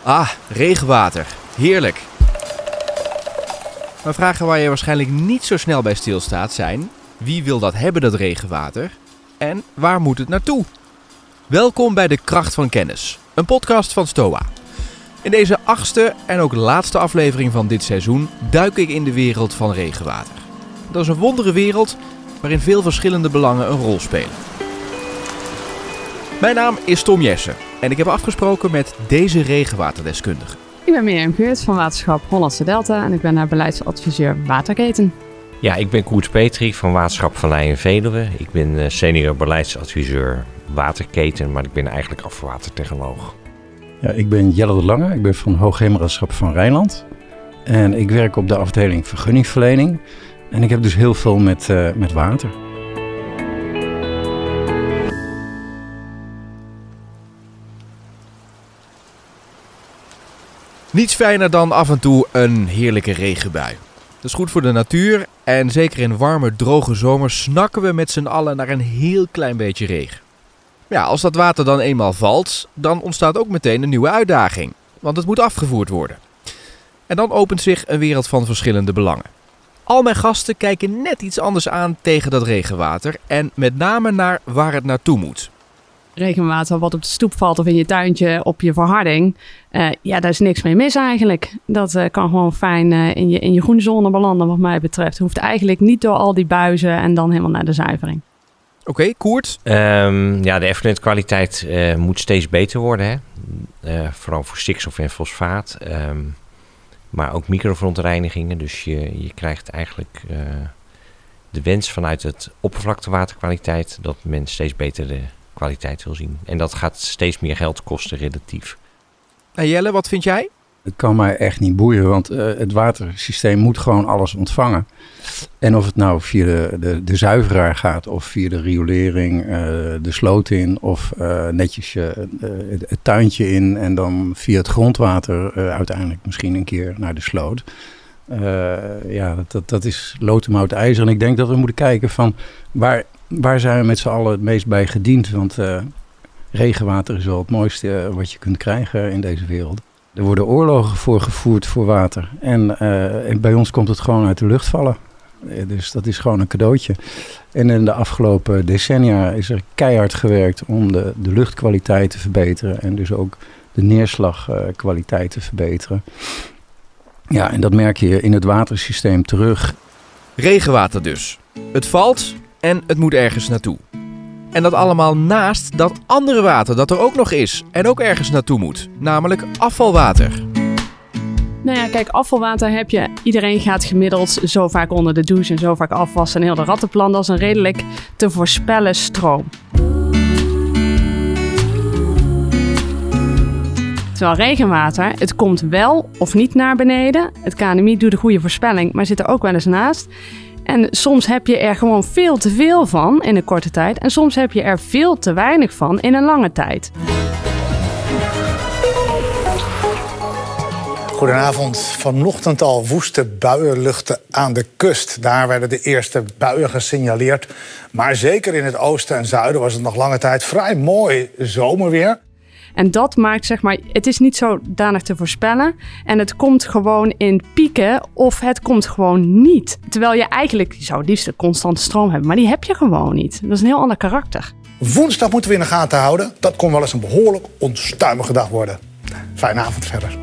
Ah, regenwater. Heerlijk. Maar vragen waar je waarschijnlijk niet zo snel bij stilstaat zijn: wie wil dat hebben, dat regenwater? En waar moet het naartoe? Welkom bij De Kracht van Kennis, een podcast van Stoa. In deze 8e en ook laatste aflevering van dit seizoen duik ik in de wereld van regenwater. Dat is een wondere wereld waarin veel verschillende belangen een rol spelen. Mijn naam is Tom Jessen en ik heb afgesproken met deze regenwaterdeskundige. Ik ben Mirjam Geurt van Waterschap Hollandse Delta en ik ben beleidsadviseur waterketen. Ja, ik ben Koert Petri van Waterschap Vallei en Veluwe. Ik ben senior beleidsadviseur waterketen, maar ik ben eigenlijk afwatertechnoloog. Ja, ik ben Jelle de Lange, ik ben van Hoogheemraadschap van Rijnland. En ik werk op de afdeling vergunningverlening. En ik heb dus heel veel met water. Niets fijner dan af en toe een heerlijke regenbui. Dat is goed voor de natuur en zeker in warme, droge zomers snakken we met z'n allen naar een heel klein beetje regen. Ja, als dat water dan eenmaal valt, dan ontstaat ook meteen een nieuwe uitdaging. Want het moet afgevoerd worden. En dan opent zich een wereld van verschillende belangen. Al mijn gasten kijken net iets anders aan tegen dat regenwater en met name naar waar het naartoe moet. Regenwater wat op de stoep valt of in je tuintje op je verharding. Daar is niks mee mis eigenlijk. Dat kan gewoon fijn in je groene zone belanden wat mij betreft. Het hoeft eigenlijk niet door al die buizen en dan helemaal naar de zuivering. Oké, Koert? De effluentkwaliteit moet steeds beter worden. Hè? Vooral voor stikstof en fosfaat. Maar ook microverontreinigingen. Dus je krijgt eigenlijk de wens vanuit het oppervlaktewaterkwaliteit dat men steeds beter de kwaliteit wil zien. En dat gaat steeds meer geld kosten relatief. En Jelle, wat vind jij? Het kan mij echt niet boeien, want het watersysteem moet gewoon alles ontvangen. En of het nou via de zuiveraar gaat of via de riolering, de sloot in of netjes het tuintje in en dan via het grondwater uiteindelijk misschien een keer naar de sloot. Dat is lood, mout, ijzer. En ik denk dat we moeten kijken van waar zijn we met z'n allen het meest bij gediend. Want regenwater is wel het mooiste wat je kunt krijgen in deze wereld. Er worden oorlogen voor gevoerd voor water. En bij ons komt het gewoon uit de lucht vallen. Dus dat is gewoon een cadeautje. En in de afgelopen decennia is er keihard gewerkt om de luchtkwaliteit te verbeteren. En dus ook de neerslagkwaliteit te verbeteren. Ja, en dat merk je in het watersysteem terug. Regenwater dus. Het valt en het moet ergens naartoe. En dat allemaal naast dat andere water dat er ook nog is en ook ergens naartoe moet. Namelijk afvalwater. Nou ja, kijk, afvalwater heb je. Iedereen gaat gemiddeld zo vaak onder de douche en zo vaak afwassen. En heel de rattenplan, dat is een redelijk te voorspellen stroom. Terwijl regenwater, het komt wel of niet naar beneden. Het KNMI doet de goede voorspelling, maar zit er ook wel eens naast. En soms heb je er gewoon veel te veel van in een korte tijd. En soms heb je er veel te weinig van in een lange tijd. Goedenavond. Vanochtend al woeste buienluchten aan de kust. Daar werden de eerste buien gesignaleerd. Maar zeker in het oosten en zuiden was het nog lange tijd vrij mooi zomerweer. En dat maakt, het is niet zodanig te voorspellen. En het komt gewoon in pieken of het komt gewoon niet. Terwijl je zou het liefst een constante stroom hebben. Maar die heb je gewoon niet. Dat is een heel ander karakter. Woensdag moeten we in de gaten houden. Dat kon wel eens een behoorlijk onstuimige dag worden. Fijne avond verder.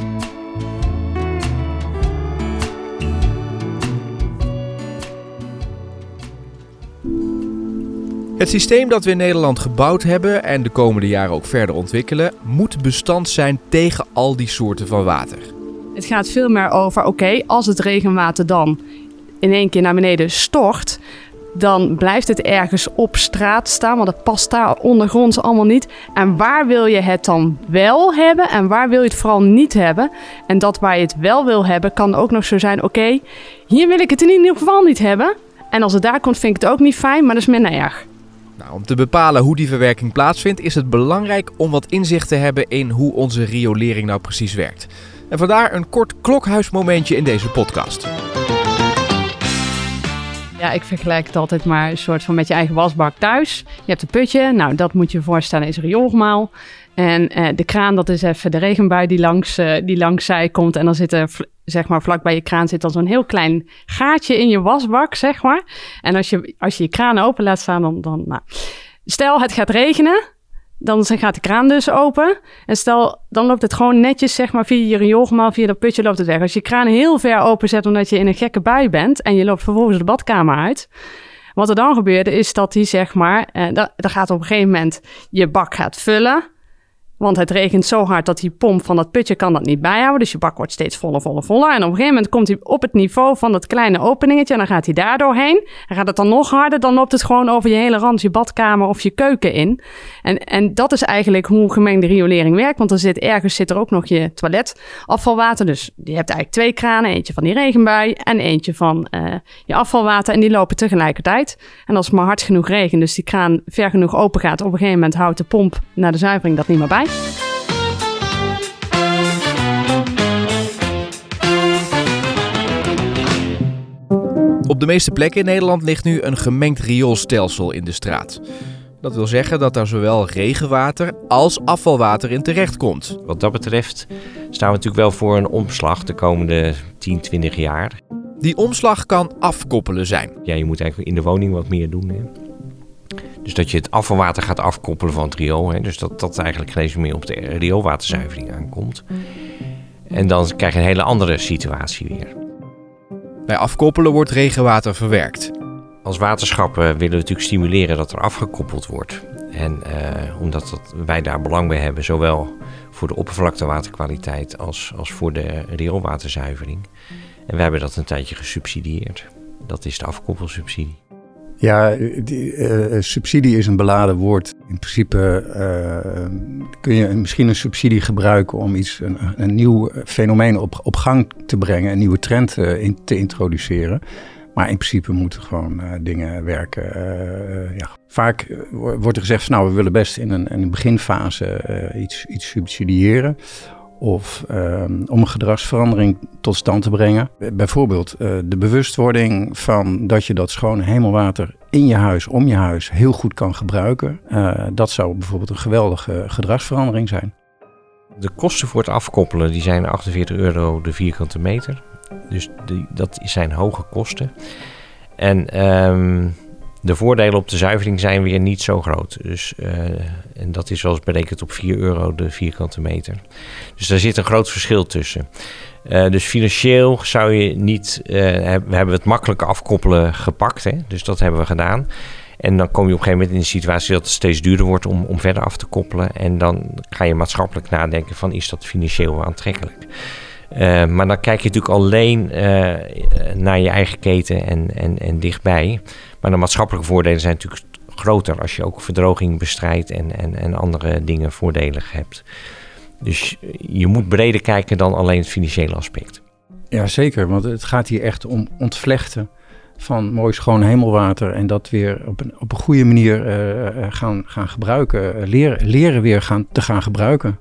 Het systeem dat we in Nederland gebouwd hebben en de komende jaren ook verder ontwikkelen, moet bestand zijn tegen al die soorten van water. Het gaat veel meer over, als het regenwater dan in één keer naar beneden stort, dan blijft het ergens op straat staan, want het past daar ondergronds allemaal niet. En waar wil je het dan wel hebben en waar wil je het vooral niet hebben? En dat waar je het wel wil hebben, kan ook nog zo zijn, hier wil ik het in ieder geval niet hebben. En als het daar komt, vind ik het ook niet fijn, maar dat is minder erg. Nou, om te bepalen hoe die verwerking plaatsvindt, is het belangrijk om wat inzicht te hebben in hoe onze riolering nou precies werkt. En vandaar een kort klokhuismomentje in deze podcast. Ja, ik vergelijk het altijd maar een soort van met je eigen wasbak thuis. Je hebt een putje, nou dat moet je je voorstellen is een rioolgemaal. En de kraan, dat is even de regenbui die langs zij komt. En dan zit er, zeg maar, vlak bij je kraan zit dan zo'n heel klein gaatje in je wasbak, zeg maar. En als je kraan open laat staan, dan nou. Stel, het gaat regenen. Dan gaat de kraan dus open. En stel, dan loopt het gewoon netjes, zeg maar, via je rioolgemaal, via dat putje loopt het weg. Als je kraan heel ver openzet omdat je in een gekke bui bent en je loopt vervolgens de badkamer uit. Wat er dan gebeurde is dat die, zeg maar, dan gaat op een gegeven moment je bak gaat vullen. Want het regent zo hard dat die pomp van dat putje kan dat niet bijhouden. Dus je bak wordt steeds voller. En op een gegeven moment komt hij op het niveau van dat kleine openingetje. En dan gaat hij daar doorheen. En gaat het dan nog harder, dan loopt het gewoon over je hele rand, je badkamer of je keuken in. En dat is eigenlijk hoe gemengde riolering werkt. Want ergens zit er ook nog je toiletafvalwater. Dus je hebt eigenlijk 2 kranen. Eentje van die regenbui en eentje van je afvalwater. En die lopen tegelijkertijd. En als het maar hard genoeg regent, dus die kraan ver genoeg open gaat, op een gegeven moment houdt de pomp naar de zuivering dat niet meer bij. Op de meeste plekken in Nederland ligt nu een gemengd rioolstelsel in de straat. Dat wil zeggen dat daar zowel regenwater als afvalwater in terechtkomt. Wat dat betreft staan we natuurlijk wel voor een omslag de komende 10, 20 jaar. Die omslag kan afkoppelen zijn. Ja, je moet eigenlijk in de woning wat meer doen. Hè? Dus dat je het afvalwater gaat afkoppelen van het riool. Hè? Dus dat eigenlijk geen eens meer op de rioolwaterzuivering aankomt. En dan krijg je een hele andere situatie weer. Bij afkoppelen wordt regenwater verwerkt. Als waterschappen willen we natuurlijk stimuleren dat er afgekoppeld wordt. En omdat wij daar belang bij hebben, zowel voor de oppervlaktewaterkwaliteit als voor de rioolwaterzuivering. En wij hebben dat een tijdje gesubsidieerd. Dat is de afkoppelsubsidie. Ja, subsidie is een beladen woord. In principe kun je misschien een subsidie gebruiken om een nieuw fenomeen op gang te brengen, een nieuwe trend te introduceren. Maar in principe moeten gewoon dingen werken. Vaak wordt er gezegd van, nou, we willen best in een beginfase iets subsidiëren. Of om een gedragsverandering tot stand te brengen. Bijvoorbeeld de bewustwording van dat je dat schone hemelwater in je huis, om je huis, heel goed kan gebruiken. Dat zou bijvoorbeeld een geweldige gedragsverandering zijn. De kosten voor het afkoppelen die zijn €48 de vierkante meter. Dus dat zijn hoge kosten. En de voordelen op de zuivering zijn weer niet zo groot. Dus, en dat is wel eens berekend op €4 de vierkante meter. Dus daar zit een groot verschil tussen. Dus financieel zou je niet... we hebben het makkelijke afkoppelen gepakt. Hè? Dus dat hebben we gedaan. En dan kom je op een gegeven moment in de situatie dat het steeds duurder wordt om verder af te koppelen. En dan ga je maatschappelijk nadenken van, is dat financieel aantrekkelijk? Maar dan kijk je natuurlijk alleen naar je eigen keten en dichtbij. Maar de maatschappelijke voordelen zijn natuurlijk groter als je ook verdroging bestrijdt en andere dingen voordelig hebt. Dus je moet breder kijken dan alleen het financiële aspect. Ja, zeker, want het gaat hier echt om ontvlechten van mooi schoon hemelwater en dat weer op een goede manier gaan gebruiken, leren weer te gaan gebruiken.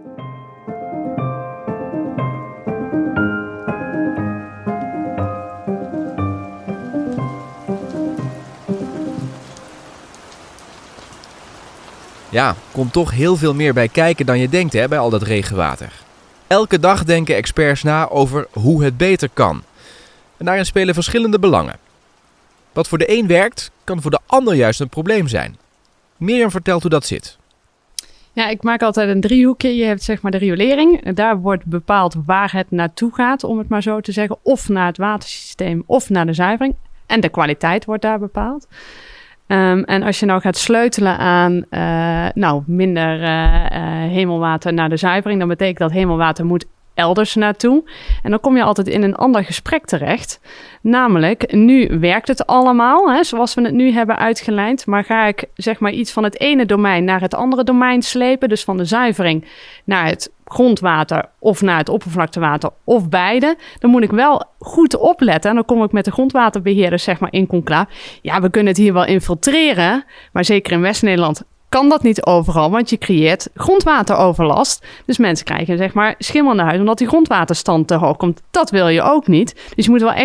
Ja, komt toch heel veel meer bij kijken dan je denkt, hè, bij al dat regenwater. Elke dag denken experts na over hoe het beter kan. En daarin spelen verschillende belangen. Wat voor de een werkt, kan voor de ander juist een probleem zijn. Mirjam vertelt hoe dat zit. Ja, ik maak altijd een driehoekje. Je hebt zeg maar de riolering. Daar wordt bepaald waar het naartoe gaat, om het maar zo te zeggen. Of naar het watersysteem of naar de zuivering. En de kwaliteit wordt daar bepaald. En als je nou gaat sleutelen aan minder hemelwater naar de zuivering, dan betekent dat hemelwater moet elders naartoe. En dan kom je altijd in een ander gesprek terecht. Namelijk, nu werkt het allemaal, hè, zoals we het nu hebben uitgelijnd. Maar ga ik zeg maar iets van het ene domein naar het andere domein slepen, dus van de zuivering naar het grondwater of naar het oppervlaktewater of beide, dan moet ik wel goed opletten. En dan kom ik met de grondwaterbeheerders zeg maar in conclave. Ja, we kunnen het hier wel infiltreren, maar zeker in West-Nederland kan dat niet overal, want je creëert grondwateroverlast. Dus mensen krijgen zeg maar schimmel naar huis omdat die grondwaterstand te hoog komt. Dat wil je ook niet. Dus je moet wel echt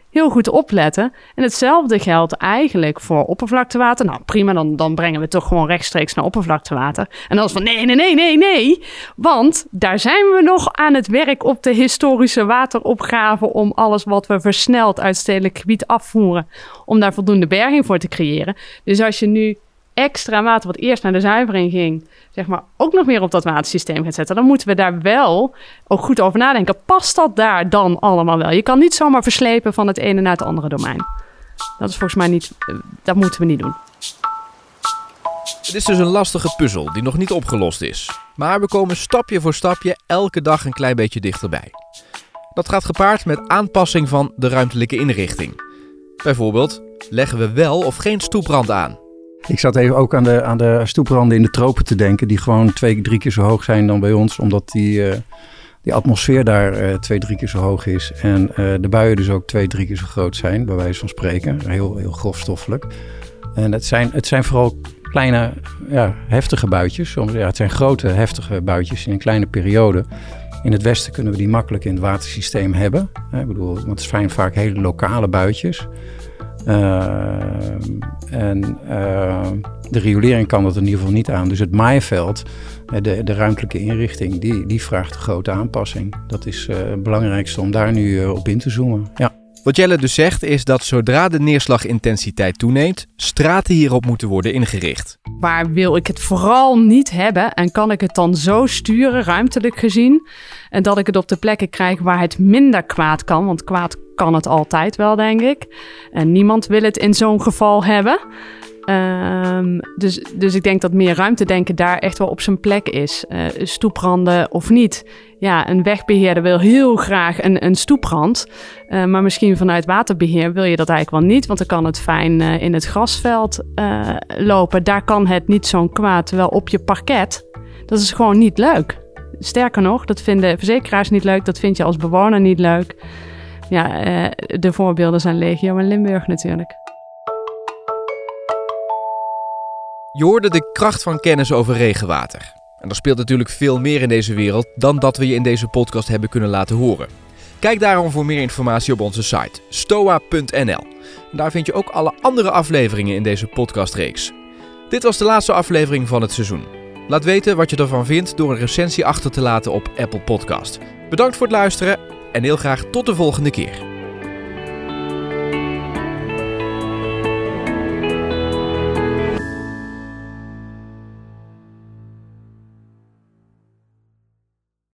heel goed opletten. En hetzelfde geldt eigenlijk voor oppervlaktewater. Nou prima, dan brengen we het toch gewoon rechtstreeks naar oppervlaktewater. En dan is van nee. Want daar zijn we nog aan het werk op de historische wateropgave om alles wat we versneld uit stedelijk gebied afvoeren, om daar voldoende berging voor te creëren. Dus als je nu extra water wat eerst naar de zuivering ging, zeg maar, ook nog meer op dat watersysteem gaat zetten, dan moeten we daar wel ook goed over nadenken. Past dat daar dan allemaal wel? Je kan niet zomaar verslepen van het ene naar het andere domein. Dat is volgens mij niet, dat moeten we niet doen. Het is dus een lastige puzzel die nog niet opgelost is. Maar we komen stapje voor stapje elke dag een klein beetje dichterbij. Dat gaat gepaard met aanpassing van de ruimtelijke inrichting. Bijvoorbeeld, leggen we wel of geen stoeprand aan? Ik zat even ook aan de stoepranden in de tropen te denken, die gewoon 2-3 keer zo hoog zijn dan bij ons, omdat die atmosfeer daar 2-3 keer zo hoog is. En de buien dus ook 2-3 keer zo groot zijn, bij wijze van spreken. Heel, heel grofstoffelijk. En het zijn vooral kleine, heftige buitjes. Het zijn grote, heftige buitjes in een kleine periode. In het westen kunnen we die makkelijk in het watersysteem hebben. Want het zijn vaak hele lokale buitjes. De riolering kan dat in ieder geval niet aan. Dus het maaiveld, de ruimtelijke inrichting, die vraagt een grote aanpassing. Dat is het belangrijkste om daar nu op in te zoomen. Ja. Wat Jelle dus zegt is dat zodra de neerslagintensiteit toeneemt, straten hierop moeten worden ingericht. Waar wil ik het vooral niet hebben en kan ik het dan zo sturen, ruimtelijk gezien, en dat ik het op de plekken krijg waar het minder kwaad kan, want kwaad kan het altijd wel, denk ik. En niemand wil het in zo'n geval hebben. Dus ik denk dat meer ruimtedenken daar echt wel op zijn plek is. Stoepranden of niet. Ja, een wegbeheerder wil heel graag een stoeprand. Maar misschien vanuit waterbeheer wil je dat eigenlijk wel niet. Want dan kan het fijn in het grasveld lopen. Daar kan het niet zo'n kwaad. Terwijl op je parket, dat is gewoon niet leuk. Sterker nog, dat vinden verzekeraars niet leuk. Dat vind je als bewoner niet leuk. Ja, de voorbeelden zijn legio in Limburg natuurlijk. Je hoorde de kracht van kennis over regenwater. En er speelt natuurlijk veel meer in deze wereld dan dat we je in deze podcast hebben kunnen laten horen. Kijk daarom voor meer informatie op onze site stoa.nl. Daar vind je ook alle andere afleveringen in deze podcastreeks. Dit was de laatste aflevering van het seizoen. Laat weten wat je ervan vindt door een recensie achter te laten op Apple Podcast. Bedankt voor het luisteren en heel graag tot de volgende keer.